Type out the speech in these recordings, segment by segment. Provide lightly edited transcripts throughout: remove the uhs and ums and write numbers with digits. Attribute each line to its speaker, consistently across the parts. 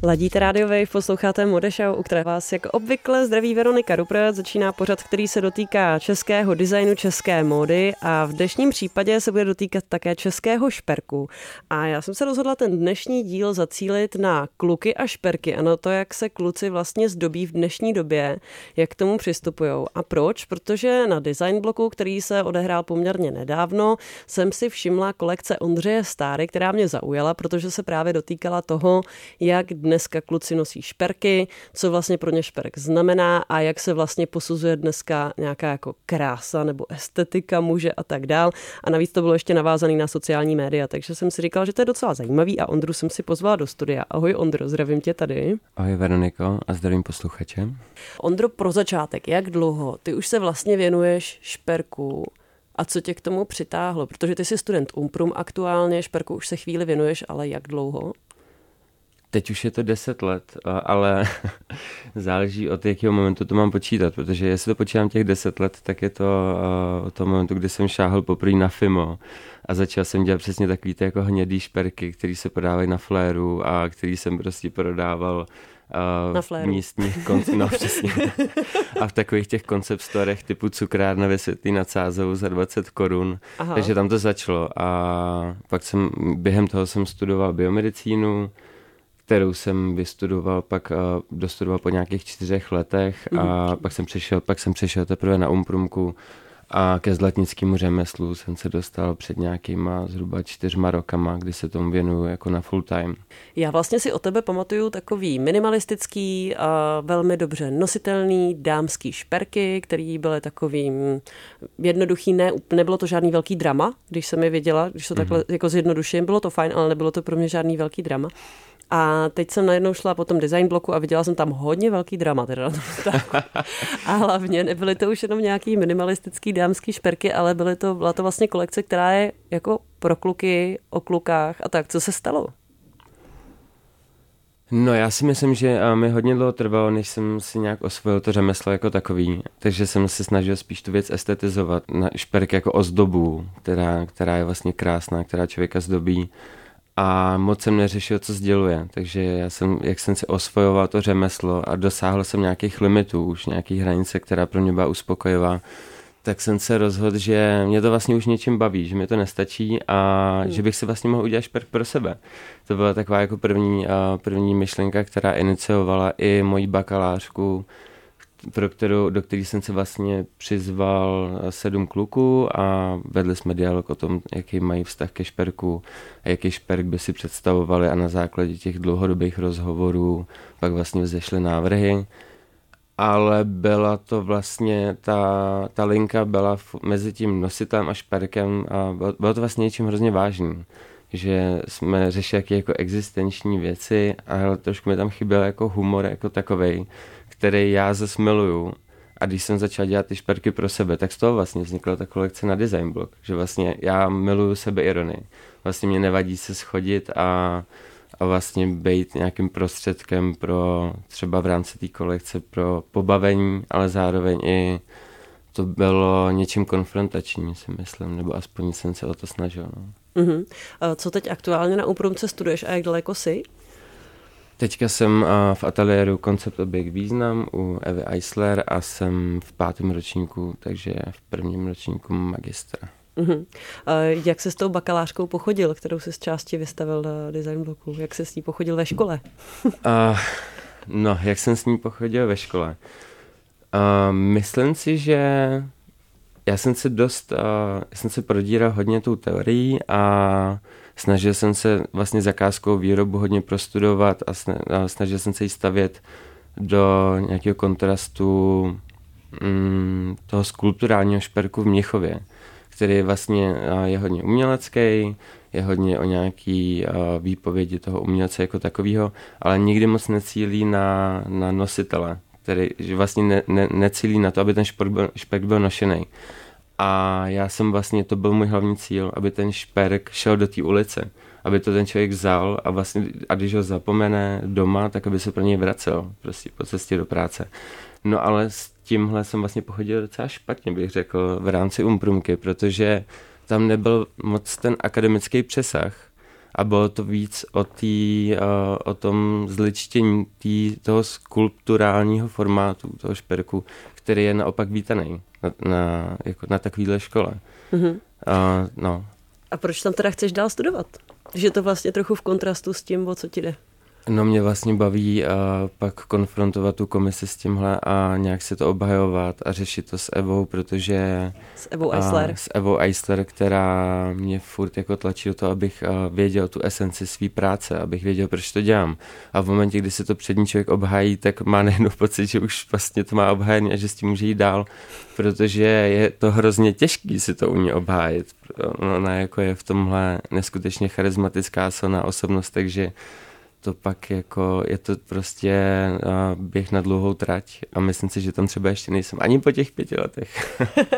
Speaker 1: Ladíte Radio Wave, posloucháte Mode Show, u které vás jako obvykle zdraví Veronika Rupert. Začíná pořad, který se dotýká českého designu, české módy a v dnešním případě se bude dotýkat také českého šperku. A já jsem se rozhodla ten dnešní díl zacílit na kluky a šperky a na to, jak se kluci vlastně zdobí v dnešní době, jak k tomu přistupujou. A proč? Protože na design bloku, který se odehrál poměrně nedávno, jsem si všimla kolekce Ondřeje Stáry, která mě zaujala, protože se právě dotýkala toho, jak dneska kluci nosí šperky, co vlastně pro ně šperk znamená a jak se vlastně posuzuje dneska nějaká jako krása nebo estetika muže a tak dál. A navíc to bylo ještě navázané na sociální média, takže jsem si říkala, že to je docela zajímavý a Ondru jsem si pozvala do studia. Ahoj Ondro, zdravím tě tady.
Speaker 2: Ahoj Veroniko a zdravím posluchače.
Speaker 1: Ondro, pro začátek, jak dlouho ty už se vlastně věnuješ šperku a co tě k tomu přitáhlo? Protože ty jsi student Umprum aktuálně, šperku už se chvíli věnuješ, ale jak dlouho?
Speaker 2: Teď už je to 10 let, ale záleží od jakého momentu to mám počítat, protože jestli to počítám těch 10 let, tak je to od toho momentu, kdy jsem šáhl poprvé na FIMO a začal jsem dělat přesně takový ty jako hnědý šperky, který se prodávají na fléru a který jsem prostě prodával v místních no přesně. A v takových těch concept storech typu cukrárna ve Světlý nad Sázavou za 20 korun. Takže tam to začalo a pak jsem během toho jsem studoval biomedicínu, kterou jsem vystudoval, pak dostudoval po nějakých 4 letech a pak jsem přešel teprve na Umprumku a ke zlatnickému řemeslu jsem se dostal před nějakýma zhruba 4 rokama, kdy se tomu věnuju jako na full time.
Speaker 1: Já vlastně si o tebe pamatuju takový minimalistický a velmi dobře nositelný dámský šperky, který byly takovým jednoduchý, nebylo to žádný velký drama, když jsem je viděla, když to takhle jako zjednoduším, bylo to fajn, ale nebylo to pro mě žádný velký drama. A teď jsem najednou šla po tom design bloku a viděla jsem tam hodně velký drama. Teda. A hlavně nebyly to už jenom nějaký minimalistický dámský šperky, ale byla to vlastně kolekce, která je jako pro kluky, o klukách a tak. Co se stalo?
Speaker 2: No já si myslím, že mi hodně dlouho trvalo, než jsem si nějak osvojil to řemeslo jako takový. Takže jsem se snažil spíš tu věc estetizovat. Na šperk jako ozdobu, která je vlastně krásná, která člověka zdobí. A moc jsem neřešil, co sděluje, takže jak jsem si osvojoval to řemeslo a dosáhl jsem nějakých limitů, už nějakých hranice, která pro mě byla uspokojivá, tak jsem se rozhodl, že mě to vlastně už něčím baví, že mi to nestačí a že bych si vlastně mohl udělat šperk pro sebe. To byla taková jako první myšlenka, která iniciovala i moji bakalářku, do které jsem se vlastně přizval 7 kluků a vedli jsme dialog o tom, jaký mají vztah ke šperku a jaký šperk by si představovali a na základě těch dlouhodobých rozhovorů pak vlastně vzešly návrhy. Ale byla to vlastně, ta linka byla mezi tím nositelem a šperkem a bylo to vlastně něčím hrozně vážným, že jsme řešili jako existenční věci a trošku mi tam chyběl jako humor jako takovej, který já zase miluju. A když jsem začal dělat ty šperky pro sebe, tak z toho vlastně vznikla ta kolekce na design blog, že vlastně já miluju sebeironii. Vlastně mě nevadí se schodit a vlastně být nějakým prostředkem pro třeba v rámci té kolekce pro pobavení, ale zároveň i to bylo něčím konfrontačním, si myslím, nebo aspoň jsem se o to snažil. No.
Speaker 1: Co teď aktuálně na Umprumce studuješ a jak daleko jsi?
Speaker 2: Teďka jsem v ateliéru Koncept objekt význam u Evy Eisler a jsem v 5. ročníku, takže v 1. ročníku magistra.
Speaker 1: Jak se s tou bakalářkou pochodil, kterou jsi z části vystavil na design bloku? Jak se s ní pochodil ve škole?
Speaker 2: Jak jsem s ní pochodil ve škole? Myslím si, že já jsem se prodíral hodně tou teorií a snažil jsem se vlastně zakázkovou výrobu hodně prostudovat a snažil jsem se ji stavět do nějakého kontrastu toho skulpturálního šperku v Mnichově, který vlastně je hodně umělecký, je hodně o nějaký výpovědi toho umělce jako takového, ale nikdy moc necílí na nositele, který vlastně necílí na to, aby ten šperk byl nošený. A já jsem vlastně, to byl můj hlavní cíl, aby ten šperk šel do té ulice, aby to ten člověk vzal a když ho zapomene doma, tak aby se pro něj vracel prostě po cestě do práce. No ale s tímhle jsem vlastně pochodil docela špatně, bych řekl, v rámci Umprumky, protože tam nebyl moc ten akademický přesah A bylo to víc o tom zličtění toho skulpturálního formátu, toho šperku, který je naopak vítaný na takovéhle škole.
Speaker 1: Mm-hmm.
Speaker 2: No.
Speaker 1: A proč tam teda chceš dál studovat? Že to vlastně trochu v kontrastu s tím, o co ti jde.
Speaker 2: No mě vlastně baví pak konfrontovat tu komisi s tímhle a nějak si to obhajovat a řešit to s Evou, protože...
Speaker 1: S Evou Eisler.
Speaker 2: S Evou Eisler, která mě furt jako tlačí do toho, abych věděl tu esenci své práce, abych věděl, proč to dělám. A v momentě, kdy se to před ní člověk obhájí, tak má najednou pocit, že už vlastně to má obhájený a že s tím může jít dál, protože je to hrozně těžký si to umí obhájit. Ona jako je v tomhle neskutečně charismatická, silná osobnost, takže to pak jako je to prostě běh na dlouhou trať a myslím si, že tam třeba ještě nejsem ani po těch 5 letech.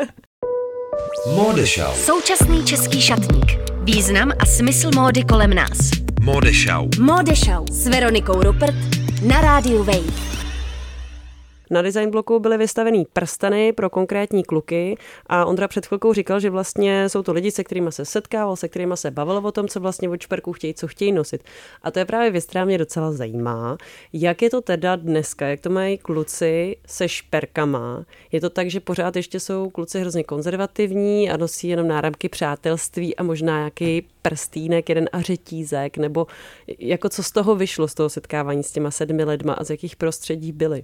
Speaker 3: Modeshow.
Speaker 4: Současný český šatník. Význam a smysl módy kolem nás. Modeshow s Veronikou Rupert na rádiu Wave.
Speaker 1: Na design bloku byly vystavený prsteny pro konkrétní kluky a Ondra před chvilkou říkal, že vlastně jsou to lidi, se kterými se setkával, se kterými se bavil o tom, co vlastně od šperků chtějí, co chtějí nosit. A to je právě věc, která mě docela zajímá. Jak je to teda dneska, jak to mají kluci se šperkama? Je to tak, že pořád ještě jsou kluci hrozně konzervativní a nosí jenom náramky přátelství a možná nějaký prstýnek, jeden a řetízek, nebo jako co z toho vyšlo, z toho setkávání s těma 7 lidma a z jakých prostředí byli?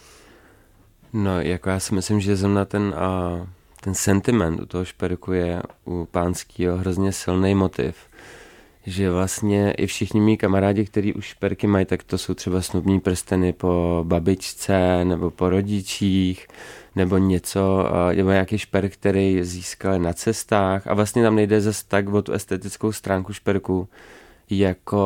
Speaker 2: No, jako já si myslím, že zrovna ten sentiment u toho šperku je u pánskýho hrozně silný motiv. Že vlastně i všichni mý kamarádi, kteří už šperky mají, tak to jsou třeba snubní prsteny po babičce nebo po rodičích, nebo něco, nebo nějaký šperk, který získali na cestách. A vlastně tam nejde zase tak o tu estetickou stránku šperku, jako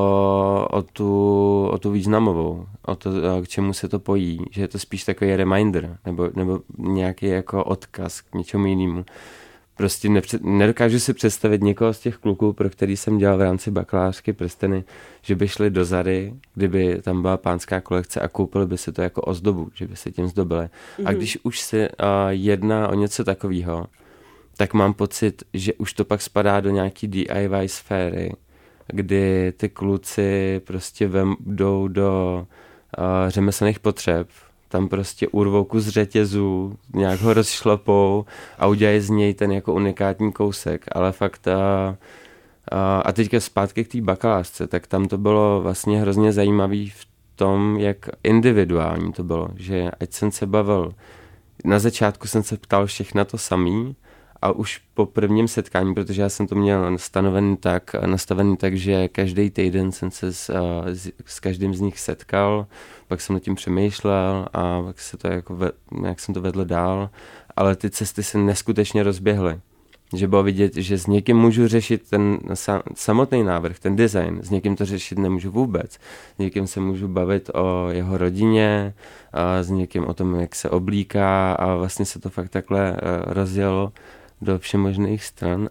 Speaker 2: o tu významovou, o to, k čemu se to pojí, že je to spíš takový reminder, nebo nějaký jako odkaz k něčemu jinému. Prostě nedokážu si představit někoho z těch kluků, pro který jsem dělal v rámci bakalářky prsteny, že by šli do Zary, kdyby tam byla pánská kolekce a koupili by si to jako ozdobu, že by se tím zdobili. Mm-hmm. A když už se jedná o něco takového, tak mám pocit, že už to pak spadá do nějaký DIY sféry, kdy ty kluci prostě jdou do řemeslných potřeb, tam prostě urvou kus řetězu, nějak ho rozšlapou a udělají z něj ten jako unikátní kousek, ale fakt a teďka zpátky k té bakalářce, tak tam to bylo vlastně hrozně zajímavý v tom, jak individuální to bylo, že ať jsem se bavil, na začátku jsem se ptal všech na to samý, a už po prvním setkání, protože já jsem to měl nastavený tak, že každý týden jsem se s každým z nich setkal, pak jsem nad tím přemýšlel a pak se to jak jsem to vedl dál, ale ty cesty se neskutečně rozběhly. Že bylo vidět, že s někým můžu řešit ten samotný návrh, ten design, s někým to řešit nemůžu vůbec. S někým se můžu bavit o jeho rodině, a s někým o tom, jak se oblíká a vlastně se to fakt takhle rozjelo do všemožných stran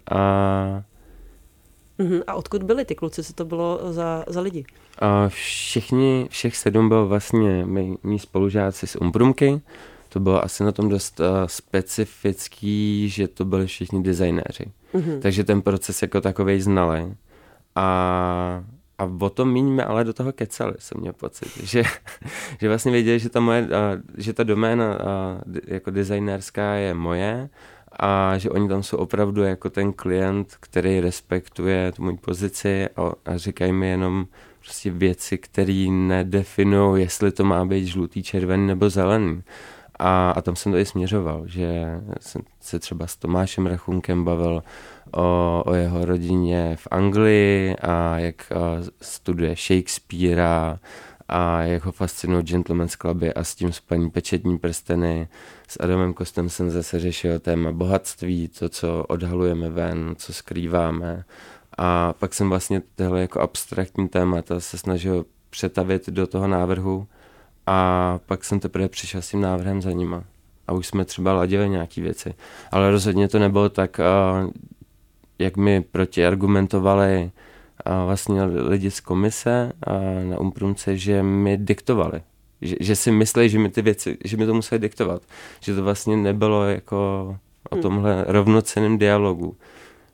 Speaker 1: A odkud byli ty kluci, co to bylo za lidi?
Speaker 2: Všech 7 byl vlastně mý spolužáci z Umprumky. To bylo asi na tom dost specifický, že to byli všichni designéři. Mm-hmm. Takže ten proces jako takovej znali. A o tom míň ale do toho kecali, jsem měl pocit. Že vlastně věděli, že ta doména jako designérská je moje, a že oni tam jsou opravdu jako ten klient, který respektuje tu moji pozici a říkají mi jenom prostě věci, které nedefinují, jestli to má být žlutý, červený nebo zelený. A tam jsem to i směřoval, že jsem se třeba s Tomášem Rachunkem bavil o jeho rodině v Anglii a jak studuje Shakespearea a jak ho fascinují Gentleman's Cluby a s tím spojený pečetní prsteny. S Adamem Kostem jsem zase řešil téma bohatství, to, co odhalujeme ven, co skrýváme. A pak jsem vlastně tohle jako abstraktní témata se snažil přetavit do toho návrhu a pak jsem teprve přišel s tím návrhem za nima. A už jsme třeba ladili nějaký věci. Ale rozhodně to nebylo tak, jak mi protiargumentovali vlastně lidi z komise na Umprumce, že mi diktovali. Že si mysleli, že mi ty věci, že mi to museli diktovat. Že to vlastně nebylo jako o tomhle rovnocenném dialogu.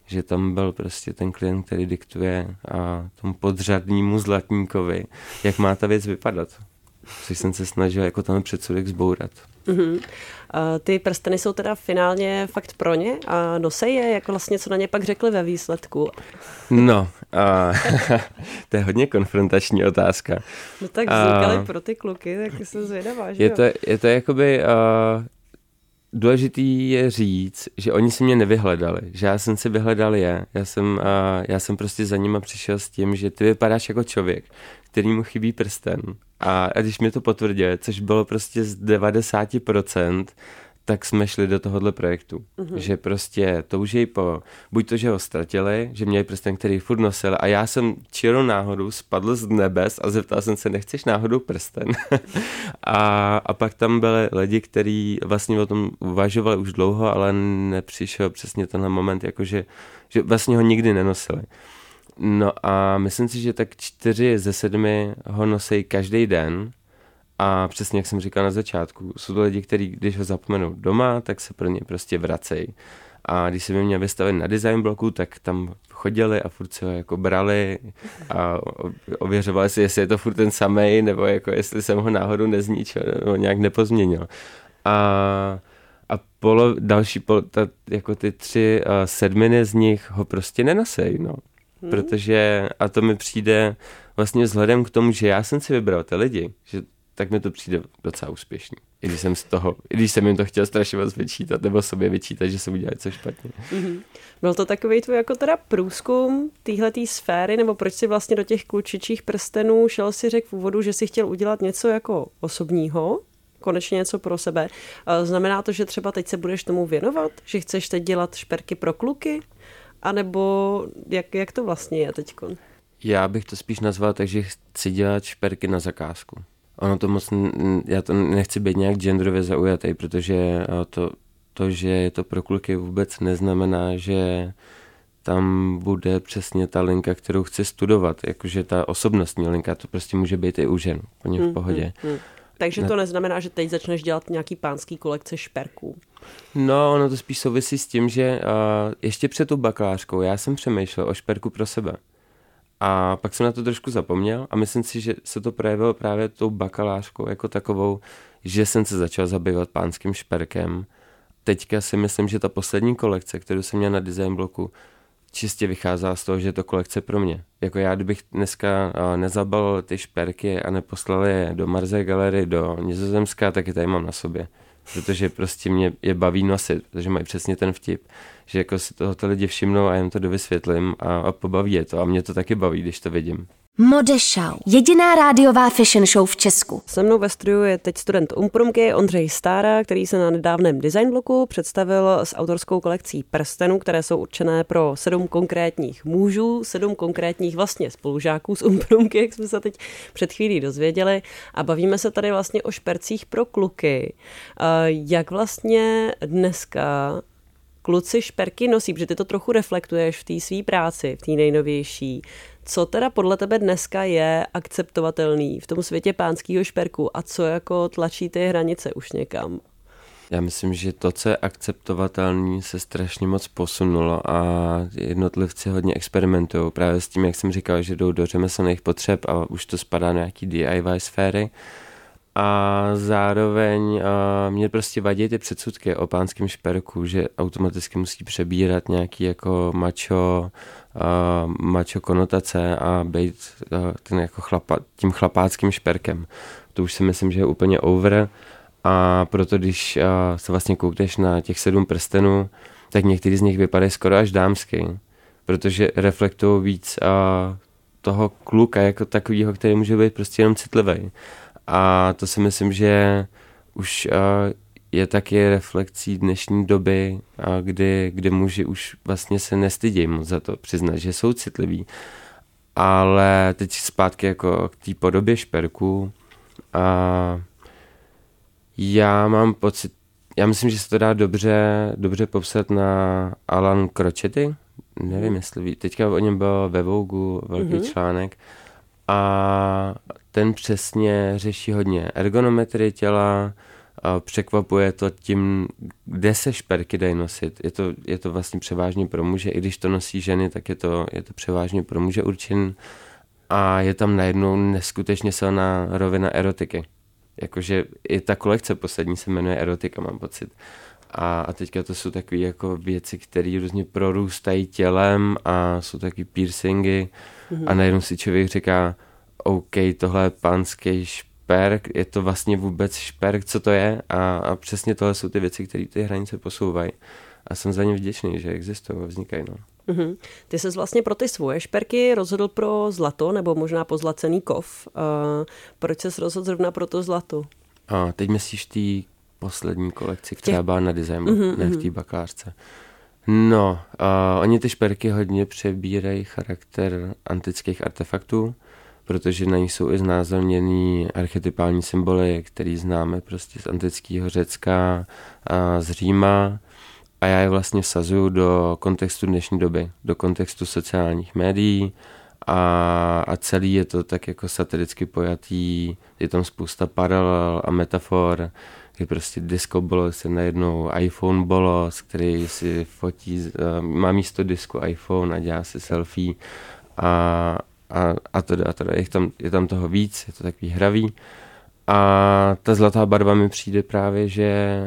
Speaker 2: že tam byl prostě ten klient, který diktuje a tomu podřadnímu zlatníkovi, jak má ta věc vypadat. Což jsem se snažil jako tam předsudek zbourat.
Speaker 1: Mm-hmm. Ty prsteny jsou teda finálně fakt pro ně a nosej je, jako vlastně co na ně pak řekli ve výsledku?
Speaker 2: No, to je hodně konfrontační otázka.
Speaker 1: No tak vznikaly pro ty kluky, tak jsem zvědavá, že
Speaker 2: je to jakoby... Důležitý je říct, že oni si mě nevyhledali, že já jsem si vyhledal je. Já jsem prostě za nima přišel s tím, že ty vypadáš jako člověk, kterýmu chybí prsten. A když mi to potvrdili, což bylo prostě z 90%, tak jsme šli do tohohle projektu. Mm-hmm. Že prostě toužej buď to, že ho ztratili, že měli prsten, který furt nosil a já jsem čirou náhodou spadl z nebes a zeptal jsem se, nechceš náhodou prsten? a pak tam byli lidi, kteří vlastně o tom uvažovali už dlouho, ale nepřišel přesně tenhle moment, jakože že vlastně ho nikdy nenosili. No a myslím si, že tak 4 ze 7 ho nosí každý den. A přesně jak jsem říkal na začátku, jsou to lidi, kteří, když ho zapomenou doma, tak se pro ně prostě vracejí. A když jsem je měl vystavit na design bloku, tak tam chodili a furt se ho jako brali a ověřovali si, jestli je to furt ten samej, nebo jako jestli jsem ho náhodou nezničil, nebo nějak nepozměnil. A jako ty 3 sedminy z nich ho prostě nenosej, no. Protože, a to mi přijde vlastně vzhledem k tomu, že já jsem si vybral ty lidi, že tak mi to přijde docela úspěšný. I když jsem jim to chtěl strašně moc vyčítat, nebo sobě vyčítat, že jsem udělal něco špatně. Mm-hmm.
Speaker 1: Byl to takový tvůj jako teda průzkum téhletý sféry, nebo proč si vlastně do těch klučičích prstenů šel, si řekl v úvodu, že si chtěl udělat něco jako osobního, konečně něco pro sebe. Znamená to, že třeba teď se budeš tomu věnovat? Že chceš teď dělat šperky pro kluky? A nebo jak to vlastně je teďko? Já
Speaker 2: bych to spíš nazval tak, že chci dělat šperky na zakázku. Ono to moc, já to nechci být nějak genderově zaujatý, protože to, že je to pro kluky vůbec neznamená, že tam bude přesně ta linka, kterou chci studovat, jakože ta osobnostní linka, to prostě může být i u žen, úplně v pohodě.
Speaker 1: Takže to neznamená, že teď začneš dělat nějaký pánský kolekce šperků.
Speaker 2: No, ono to spíš souvisí s tím, že ještě před tou bakalářkou já jsem přemýšlel o šperku pro sebe. A pak jsem na to trošku zapomněl a myslím si, že se to projevilo právě tou bakalářkou jako takovou, že jsem se začal zabývat pánským šperkem. Teďka si myslím, že ta poslední kolekce, kterou jsem měl na design bloku, čistě vycházela z toho, že je to kolekce pro mě. Jako já, kdybych dneska nezabalil ty šperky a neposlal je do Marseille Gallery do Nizozemska, tak je tady mám na sobě. Protože prostě mě je baví nosit, protože mají přesně ten vtip, že jako si tohoto lidi všimnou a jim to dovysvětlím a pobaví je to a mě to taky baví, když to vidím.
Speaker 4: Modeshow, jediná rádiová fashion show v Česku.
Speaker 1: Se mnou ve studiu je teď student Umprumky Ondřej Stára, který se na nedávném design bloku představil s autorskou kolekcí prstenů, které jsou určené pro 7 konkrétních mužů, 7 konkrétních vlastně spolužáků z Umprumky, jak jsme se teď před chvílí dozvěděli. A bavíme se tady vlastně o špercích pro kluky. Jak vlastně dneska kluci šperky nosí, protože ty to trochu reflektuješ v té své práci, v té nejnovější. Co teda podle tebe dneska je akceptovatelný v tom světě pánského šperku a co jako tlačí ty hranice už někam?
Speaker 2: Já myslím, že to, co je akceptovatelný, se strašně moc posunulo a jednotlivci hodně experimentují právě s tím, jak jsem říkal, že jdou do řemeslných potřeb a už to spadá na nějaký DIY sféry. A zároveň mě prostě vadí ty předsudky o pánském šperku, že automaticky musí přebírat nějaký jako macho konotace a být ten jako tím chlapáckým šperkem. To už si myslím, že je úplně over a proto když se vlastně koukneš na těch 7 prstenů, tak některý z nich vypadají skoro až dámsky, protože reflektují víc toho kluka jako takového, který může být prostě jenom citlivý. A to si myslím, že už je taky reflekcí dnešní doby, kdy muži už vlastně se nestydějí moc za to přiznat, že jsou citliví. Ale teď zpátky jako k té podobě šperku. Já mám pocit, já myslím, že se to dá dobře popsat na Alan Crochetti. Nevím, jestli teďka o něm byl ve Vogue velký článek. A ten přesně řeší hodně ergonometrii těla, a překvapuje to tím, kde se šperky dají nosit. Je to vlastně převážně pro muže, i když to nosí ženy, tak je to převážně pro muže určen a je tam najednou neskutečně silná rovina erotiky. Jakože i ta kolekce poslední se jmenuje Erotika, mám pocit. A teďka to jsou takové jako věci, které různě prorůstají tělem a jsou taky piercingy a najednou si člověk říká, OK, tohle je pánský šperk, je to vlastně vůbec šperk, co to je a přesně tohle jsou ty věci, které ty hranice posouvají. A jsem za ně vděčný, že existují a vznikají. No.
Speaker 1: Mm-hmm. Ty ses vlastně pro ty svoje šperky rozhodl pro zlato, nebo možná pozlacený kov. Proč ses rozhodl zrovna pro to zlato?
Speaker 2: Teď myslíš tý poslední kolekci, která byla na designu, ne v té bakalářce. No, oni ty šperky hodně přebírají charakter antických artefaktů, protože na nich jsou i znázorněný archetypální symboly, který známe prostě z antického Řecka a z Říma. A já je vlastně vsazuju do kontextu dnešní doby, do kontextu sociálních médií a celý je to tak jako satiricky pojatý, je tam spousta paralel a metafor, je prostě disco bolos, je najednou iPhone bolos, který si fotí, má místo disku iPhone a dělá si selfie a teda. Je tam toho víc, je to takový hravý. A ta zlatá barva mi přijde právě, že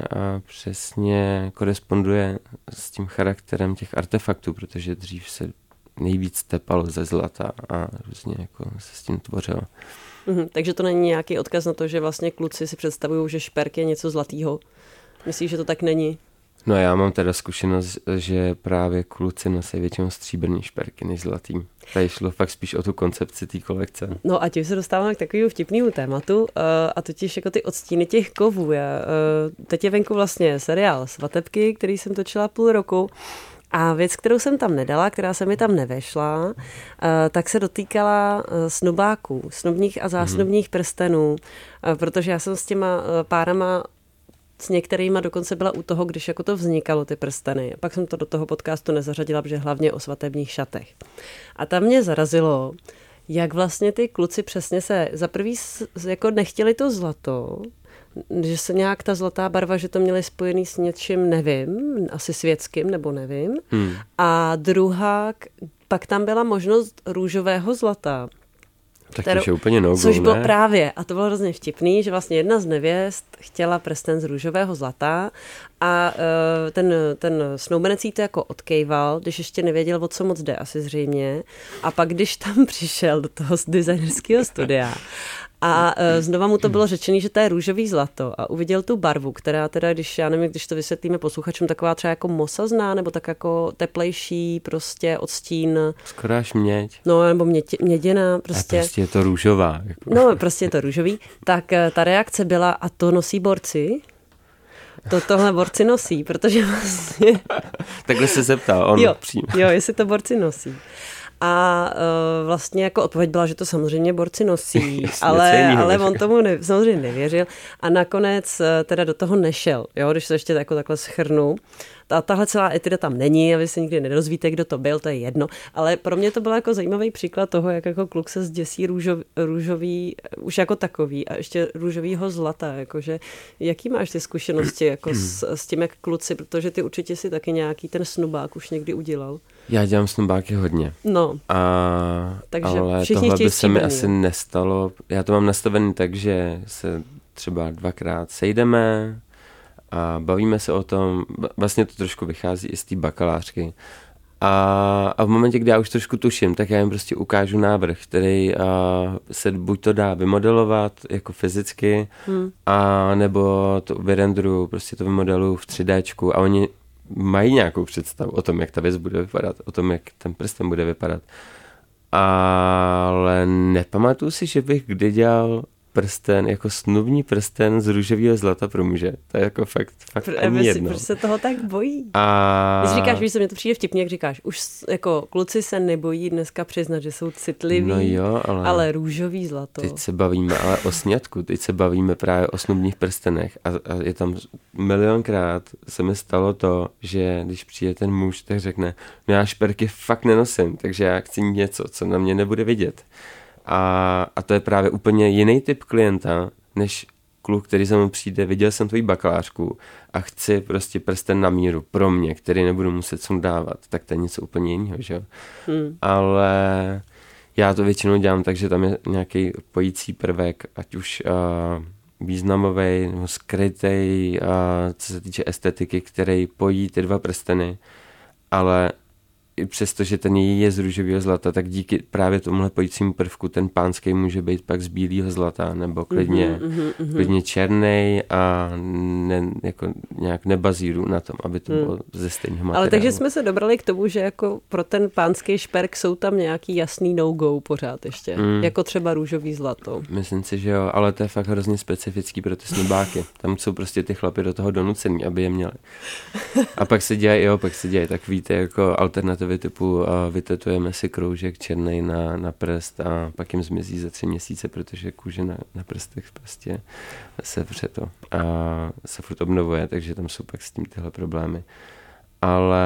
Speaker 2: přesně koresponduje s tím charakterem těch artefaktů, protože dřív se nejvíc tepalo ze zlata a různě jako se s tím tvořilo.
Speaker 1: Takže to není nějaký odkaz na to, že vlastně kluci si představují, že šperk je něco zlatýho? Myslíš, že to tak není?
Speaker 2: No já mám teda zkušenost, že právě kluci nosí většinou stříbrný šperky než zlatý. Tady šlo fakt spíš o tu koncepci té kolekce.
Speaker 1: No a tím se dostáváme k takovému vtipnému tématu a totiž jako ty odstíny těch kovů. Teď je venku vlastně seriál Svatebky, který jsem točila půl roku. A věc, kterou jsem tam nedala, která se mi tam nevešla, tak se dotýkala snubáků, snubních a zásnubních prstenů, protože já jsem s těma párama s některýma dokonce byla u toho, když jako to vznikalo, ty prsteny. Pak jsem to do toho podcastu nezařadila, protože hlavně o svatebních šatech. A tam mě zarazilo, jak vlastně ty kluci přesně se za prvý jako nechtěli to zlato, že se nějak ta zlatá barva, že to měli spojený s něčím, nevím, asi světským, nebo nevím. A druhá, pak tam byla možnost růžového zlata.
Speaker 2: Tak to je úplně no-go,
Speaker 1: což bylo právě, a to bylo hrozně vtipný, že vlastně jedna z nevěst chtěla prsten z růžového zlata a ten snoubenec jí to jako odkejval, když ještě nevěděl, o co moc jde, asi zřejmě. A pak, když tam přišel do toho designerského studia a znova mu to bylo řečené, že to je růžový zlato a uviděl tu barvu, která teda, když to vysvětlíme posluchačům, taková třeba jako mosazná, nebo tak jako teplejší prostě odstín.
Speaker 2: Skoro až měď.
Speaker 1: No, nebo měděná prostě.
Speaker 2: A prostě je to růžová. Jako.
Speaker 1: No, prostě je to růžový. Tak ta reakce byla, a to nosí borci? Tohle borci nosí, protože vlastně...
Speaker 2: Takhle se zeptal on přímo.
Speaker 1: Jo, jestli to borci nosí. A vlastně jako odpověď byla, že to samozřejmě borci nosí, ale on tomu samozřejmě nevěřil a nakonec teda do toho nešel, jo, když se ještě jako takhle shrnu. Tahle celá etyda tam není a vy se nikdy nedozvíte, kdo to byl, to je jedno, ale pro mě to byl jako zajímavý příklad toho, jak jako kluk se zděsí růžový, už jako takový a ještě růžovýho zlata, jakože jaký máš ty zkušenosti jako s tím, jak kluci, protože ty určitě si taky nějaký ten snubák už někdy udělal.
Speaker 2: Já dělám snubáky hodně.
Speaker 1: No.
Speaker 2: Takže ale tohle by se mi asi nestalo. Já to mám nastavený tak, že se třeba 2krát sejdeme a bavíme se o tom. Vlastně to trošku vychází i z té bakalářky. A v momentě, kdy já už trošku tuším, tak já jim prostě ukážu návrh, který se buď to dá vymodelovat jako fyzicky, a nebo to vyrenderuju, prostě to vymodeluju v 3Dčku a oni mají nějakou představu o tom, jak ta věc bude vypadat, o tom, jak ten prsten bude vypadat. Ale nepamatuju si, že bych kdy dělal prsten, jako snubní prsten z růžového zlata pro muže. To je jako fakt ani jedno.
Speaker 1: Proč se toho tak bojí? Když říkáš, víš, mě to přijde vtipně, jak říkáš, už jako kluci se nebojí dneska přiznat, že jsou citliví, no jo, ale růžový zlato.
Speaker 2: Teď se bavíme ale o sňatku, teď se bavíme právě o snubních prstenech a je tam milionkrát se mi stalo to, že když přijde ten muž, tak řekne, no já šperky fakt nenosím, takže já chci něco, co na mě nebude vidět. A to je právě úplně jiný typ klienta, než kluk, který za mnou přijde, viděl jsem tvoji bakalářku a chci prostě prsten na míru pro mě, který nebudu muset sundávat, tak to je něco úplně jiného, že jo. Ale já to většinou dělám tak, že tam je nějaký pojící prvek, ať už významový nebo skrytej, co se týče estetiky, který pojí ty dva prsteny, ale i přesto, že ten její je z růžového zlata, tak díky právě tomuhle pojícímu prvku ten pánský může být pak z bílého zlata, nebo klidně černej a jako nějak nebazíru na tom, aby to bylo ze stejného materiálu.
Speaker 1: Ale takže jsme se dobrali k tomu, že jako pro ten pánský šperk jsou tam nějaký jasný no-go pořád ještě, jako třeba růžový zlato.
Speaker 2: Myslím si, že jo, ale to je fakt hrozně specifický pro ty snobáky. Tam jsou prostě ty chlapy do toho donucený, aby je měli. A pak se dělají takový ty jako alternativy typu vytetujeme si kroužek černej na prst a pak jim zmizí za 3 měsíce, protože kůže na prstech prostě se vře to a se furt obnovuje, takže tam jsou pak s tím tyhle problémy. Ale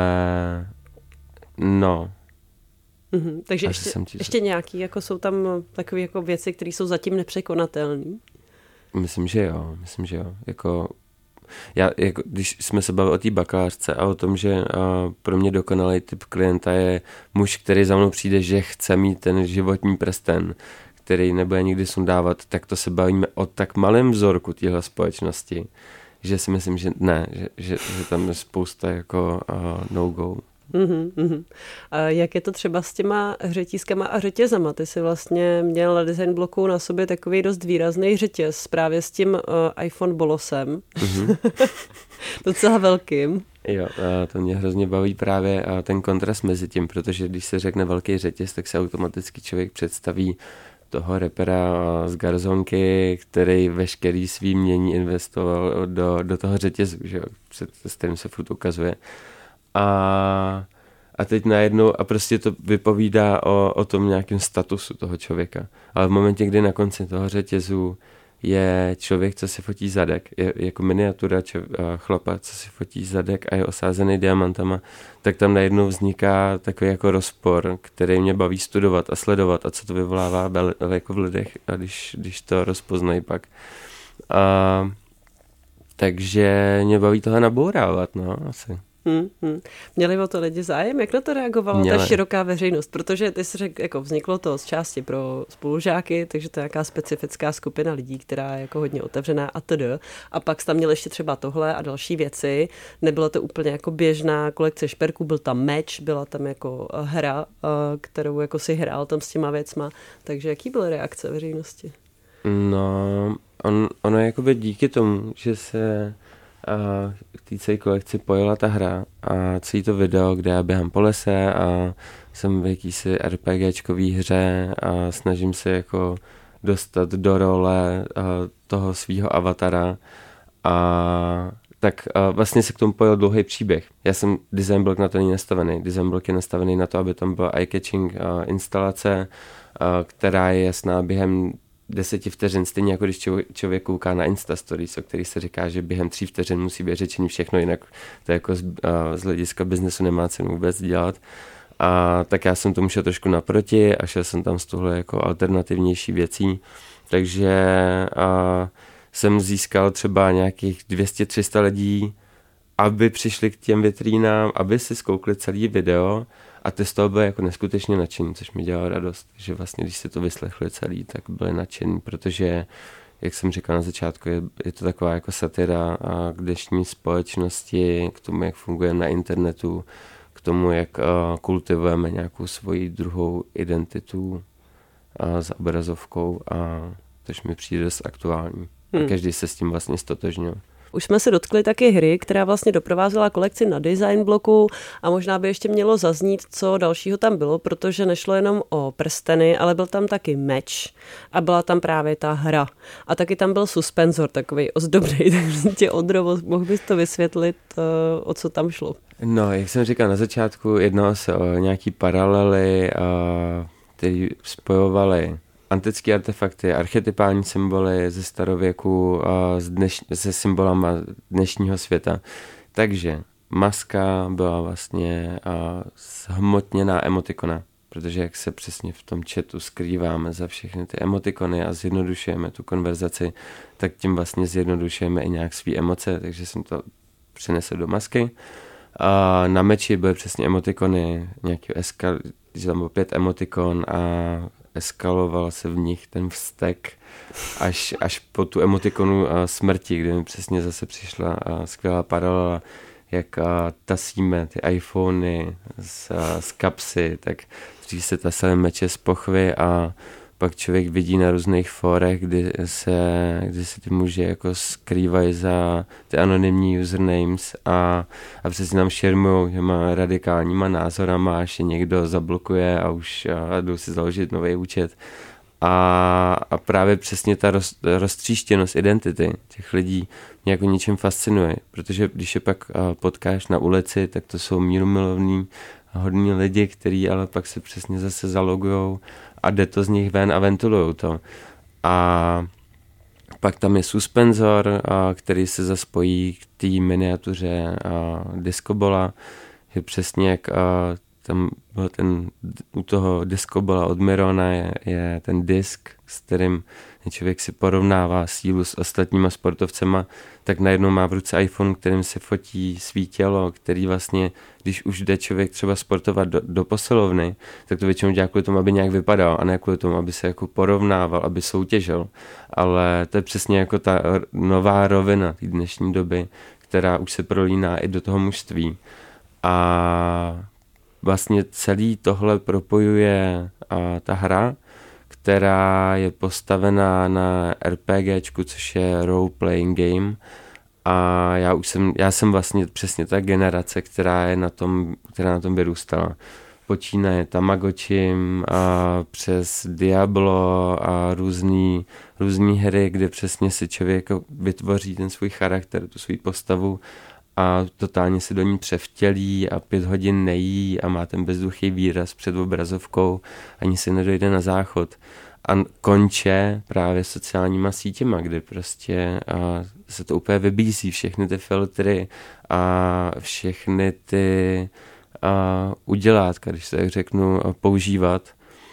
Speaker 2: no.
Speaker 1: Takže ještě nějaký, jako jsou tam takové jako věci, které jsou zatím nepřekonatelné?
Speaker 2: Myslím, že jo. Jako, když jsme se bavili o té bakalářce a o tom, že pro mě dokonalý typ klienta je muž, který za mnou přijde, že chce mít ten životní prsten, který nebude nikdy sundávat, tak to se bavíme o tak malém vzorku téhle společnosti, že si myslím, že ne, že tam je spousta jako no-go.
Speaker 1: A jak je to třeba s těma řetízkama a řetězama? Ty jsi vlastně měl na design bloku na sobě takový dost výrazný řetěz právě s tím iPhone bolosem. Docela velkým.
Speaker 2: Jo, to mě hrozně baví právě ten kontrast mezi tím, protože když se řekne velký řetěz, tak se automaticky člověk představí toho rapera z garzonky, který veškerý svý mění investoval do toho řetězu, že jo, s kterým se furt ukazuje. A teď najednou a prostě to vypovídá o tom nějakém statusu toho člověka. Ale v momentě, kdy na konci toho řetězu je člověk, co si fotí zadek, je jako miniatura chlapa, co si fotí zadek a je osázený diamantama, tak tam najednou vzniká takový jako rozpor, který mě baví studovat a sledovat a co to vyvolává jako v lidech, a když to rozpoznají pak. Takže mě baví tohle nabourávat, no, asi.
Speaker 1: Měli o to lidi zájem? Jak na to reagovala ta široká veřejnost? Protože ty jsi řekl, jako vzniklo to z části pro spolužáky, takže to je nějaká specifická skupina lidí, která je jako hodně otevřená a td. A pak tam měl ještě třeba tohle a další věci. Nebylo to úplně jako běžná kolekce šperků, byl tam meč, byla tam jako hra, kterou jako si hrál tam s těma věcma. Takže jaký byly reakce veřejnosti?
Speaker 2: No, ono je jakoby díky tomu, že se k té celé kolekci pojela ta hra a celý to video, kde já běhám po lese a jsem v jakýsi RPGčkový hře a snažím se jako dostat do role toho svýho avatara tak vlastně se k tomu pojel dlouhý příběh. Já jsem design block na to není nastavený. Design block je nastavený na to, aby tam byla eye-catching instalace, která je jasná během 10 vteřin, stejně jako když člověk kouká na Insta Stories, o kterých se říká, že během 3 vteřin musí být řečený všechno, jinak to jako z hlediska biznesu nemá cenu vůbec dělat. Tak já jsem tomu šel trošku naproti a šel jsem tam z tohle jako alternativnější věcí, takže jsem získal třeba nějakých 200-300 lidí, aby přišli k těm vitrínám, aby si zkoukli celý video a ty z toho byly jako neskutečně nadšení, což mi dělalo radost, že vlastně, když si to vyslechli celý, tak byli nadšení, protože, jak jsem říkal na začátku, je to taková jako satira k dnešní společnosti, k tomu, jak fungujeme na internetu, k tomu, jak kultivujeme nějakou svoji druhou identitu za obrazovkou a tož mi přijde dost aktuální. A každý se s tím vlastně stotožňuje.
Speaker 1: Už jsme se dotkli taky hry, která vlastně doprovázela kolekci na design bloku a možná by ještě mělo zaznít, co dalšího tam bylo, protože nešlo jenom o prsteny, ale byl tam taky meč a byla tam právě ta hra. A taky tam byl suspenzor takovej ozdobný, takže tě Ondro, mohl bys to vysvětlit, o co tam šlo?
Speaker 2: No, jak jsem říkal na začátku, jednalo se o nějaký paralely, které spojovaly antické artefakty, archetypální symboly ze starověku se symbolama dnešního světa. Takže maska byla vlastně zhmotněná emotikona. protože jak se přesně v tom chatu skrýváme za všechny ty emotikony a zjednodušujeme tu konverzaci, tak tím vlastně zjednodušujeme i nějak svý emoce, takže jsem to přenesl do masky. A na meči byly přesně emotikony, nějaký že tam bylo 5 emotikon a eskaloval se v nich ten vztek až po tu emotikonu smrti, kde mi přesně zase přišla skvělá paralela, jak tasíme ty iPhony z kapsy, tak dřív se tasaly meče z pochvy a pak člověk vidí na různých fórech, kdy se ty muži jako skrývají za ty anonymní usernames a přesně nám šermujou těma radikálníma názorama, až je někdo zablokuje a už jdou si založit nový účet. A právě přesně ta roztříštěnost identity těch lidí mě jako něčím fascinuje, protože když je pak potkáš na ulici, tak to jsou mírumilovní, hodní lidi, kteří ale pak se přesně zase zalogujou a jde to z nich ven a ventilujou to. A pak tam je suspenzor, který se zaspojí k té miniatuře diskobola, je přesně jak tam byl u toho diskobola od Mirona je ten disk, s kterým člověk si porovnává sílu s ostatníma sportovcema, tak najednou má v ruce iPhone, kterým se fotí svý tělo, který vlastně, když už jde člověk třeba sportovat do posilovny, tak to většinou dělá kvůli tomu, aby nějak vypadal a ne kvůli tomu, aby se jako porovnával, aby soutěžil. Ale to je přesně jako ta nová rovina té dnešní doby, která už se prolíná i do toho mužství. A vlastně celý tohle propojuje ta hra, která je postavená na RPGčku, což je role playing game. A já jsem vlastně přesně ta generace, která na tom vyrůstala. Počínaje Tamagotchim a přes Diablo a různý hry, kde přesně si člověk vytvoří ten svůj charakter, tu svou postavu a totálně se do ní převtělí a 5 hodin nejí a má ten bezduchý výraz před obrazovkou, ani se nedojde na záchod. A konče právě sociálníma sítěma, kde prostě se to úplně vybízí, všechny ty filtry a všechny ty udělátka, když se tak řeknu, používat.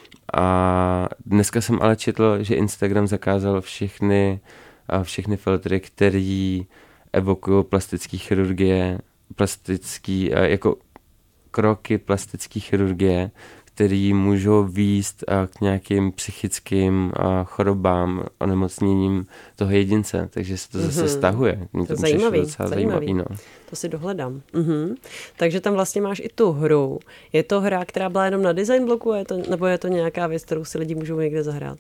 Speaker 2: A dneska jsem ale četl, že Instagram zakázal všechny filtry, který evokují plastické chirurgie, jako kroky plastické chirurgie, které můžou vést k nějakým psychickým chorobám, onemocněním toho jedince, takže se to zase stahuje.
Speaker 1: To je zajímavý. No. To si dohledám. Takže tam vlastně máš i tu hru. Je to hra, která byla jenom na design bloku, nebo je to nějaká věc, kterou si lidi můžou někde zahrát?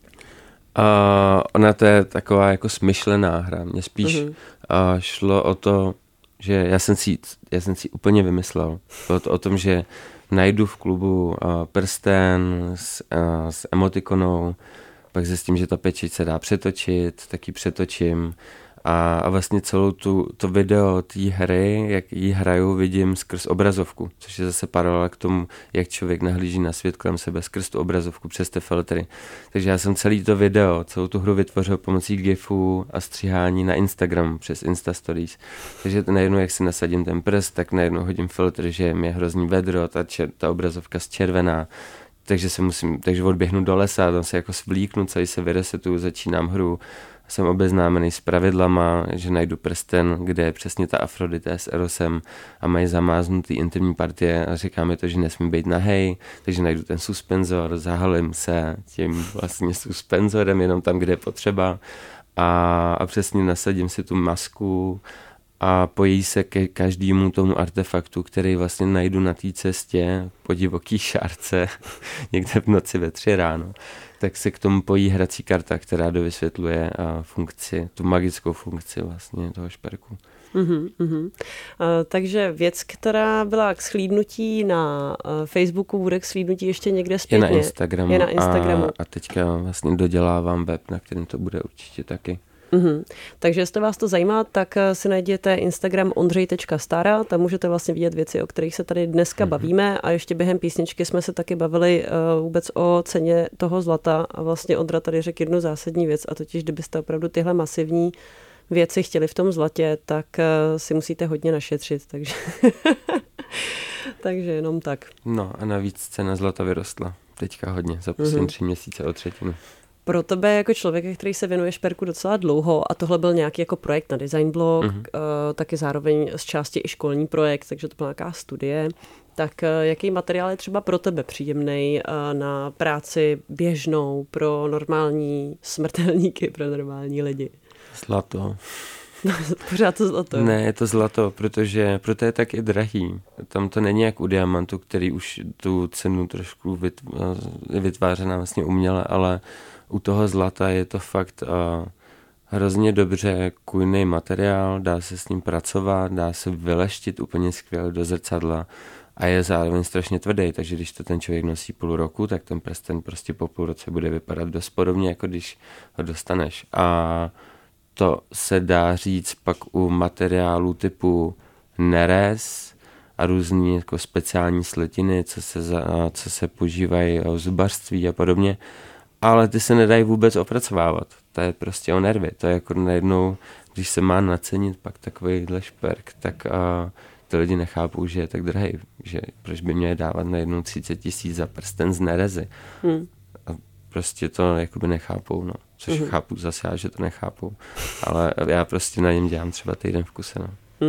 Speaker 2: Ona to je taková jako smyšlená hra. Mně spíš šlo o to, že já jsem si úplně vymyslel. Bylo to o tom, že najdu v klubu prsten s emotikonou, pak zjistím, že ta pečeť se dá přetočit, tak ji přetočím a vlastně celou to video té hry, jak ji hraju, vidím skrz obrazovku, což je zase paralela k tomu, jak člověk nahlíží na svět kolem sebe skrz tu obrazovku přes ty filtry. Takže já jsem celou tu hru vytvořil pomocí gifů a stříhání na Instagram přes Insta Stories. Takže najednou, jak si nasadím ten prst, tak najednou hodím filtr, že je mi hrozný vedro, ta obrazovka zčervená. Takže odběhnu do lesa, tam se jako svlíknu, celý se vyresetuju, začínám hru. Jsem obeznámený s pravidlama, že najdu prsten, kde je přesně ta Afrodité s Erosem a mají zamáznutý intimní partie a říká mi to, že nesmí být nahej, takže najdu ten suspenzor, zahalím se tím vlastně suspenzorem jenom tam, kde je potřeba a přesně nasadím si tu masku a pojí se ke každému tomu artefaktu, který vlastně najdu na té cestě po divoký šárce někde v noci ve 3 ráno. Tak se k tomu pojí hrací karta, která dovysvětluje tu magickou funkci vlastně toho šperku.
Speaker 1: Takže věc, která byla k shlídnutí na Facebooku, bude k shlídnutí ještě někde zpětně.
Speaker 2: Je na Instagramu. A teďka vlastně dodělávám web, na kterém to bude určitě taky.
Speaker 1: Takže jestli vás to zajímá, tak si najděte Instagram ondřej.stara, tam můžete vlastně vidět věci, o kterých se tady dneska bavíme a ještě během písničky jsme se taky bavili vůbec o ceně toho zlata a vlastně Ondra tady řekl jednu zásadní věc a totiž, kdybyste opravdu tyhle masivní věci chtěli v tom zlatě, tak si musíte hodně našetřit, takže takže jenom tak.
Speaker 2: No a navíc cena zlata vyrostla. teďka hodně, za poslední 3 měsíce o 1/3.
Speaker 1: Pro tebe jako člověka, který se věnuje šperku docela dlouho a tohle byl nějaký jako projekt na design blog, taky zároveň z části i školní projekt, takže to byla nějaká studie, tak jaký materiál je třeba pro tebe příjemnej na práci běžnou pro normální smrtelníky, pro normální lidi?
Speaker 2: Zlato.
Speaker 1: No, pořád to zlato.
Speaker 2: Ne, je to zlato, protože proto je tak i drahý. Tam to není jak u diamantu, který už tu cenu trošku je vytvářená vlastně uměle, ale u toho zlata je to fakt hrozně dobře kujný materiál, dá se s ním pracovat, dá se vyleštit úplně skvěle do zrcadla a je zároveň strašně tvrdý, takže když to ten člověk nosí půl roku, tak ten prsten prostě po půl roce bude vypadat dost podobně, jako když ho dostaneš. A to se dá říct pak u materiálů typu nerez a různý jako speciální slitiny, co se používají v zubařství a podobně, ale ty se nedají vůbec opracovávat. To je prostě o nervy. To je jako najednou, když se má nacenit pak takovýhle šperk, tak ty lidi nechápou, že je tak drahý, že proč by měli dávat najednou 30 000 za prsten z nerezy. A prostě to jakoby nechápou, no. Což chápu zase já, že to nechápou. Ale já prostě na něm dělám třeba týden v kuse, no.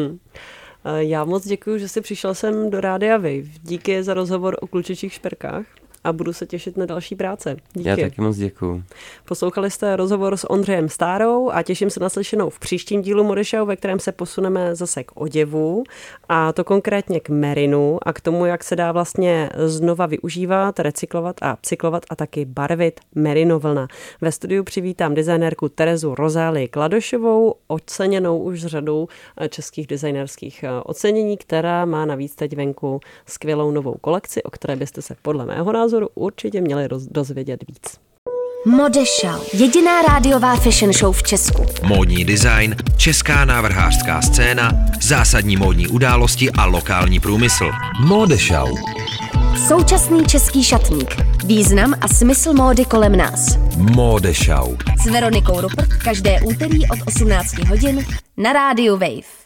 Speaker 1: Já moc děkuju, že jsi přišel sem do Rádia Wave. Díky za rozhovor o klučičích šperkách a budu se těšit na další práce. Díky.
Speaker 2: Já taky moc děkuju.
Speaker 1: Poslouchali jste rozhovor s Ondřejem Stárou a těším se na slyšenou v příštím dílu Mode Show, ve kterém se posuneme zase k oděvu a to konkrétně k merinu a k tomu, jak se dá vlastně znova využívat, recyklovat a cyklovat a taky barvit merinovlna. Ve studiu přivítám designérku Terezu Rozálii Kladošovou, oceněnou už řadou českých designerských ocenění, která má navíc teď venku skvělou novou kolekci, o které byste se podle mého názoru určitě měli dozvědět víc.
Speaker 4: Mode Show. Jediná rádiová fashion show v Česku.
Speaker 3: Módní design, česká návrhářská scéna, zásadní módní události a lokální průmysl. Mode Show.
Speaker 4: Současný český šatník. Význam a smysl módy kolem nás.
Speaker 3: Mode Show.
Speaker 4: S Veronikou Rupert každé úterý od 18 hodin na rádiu Wave.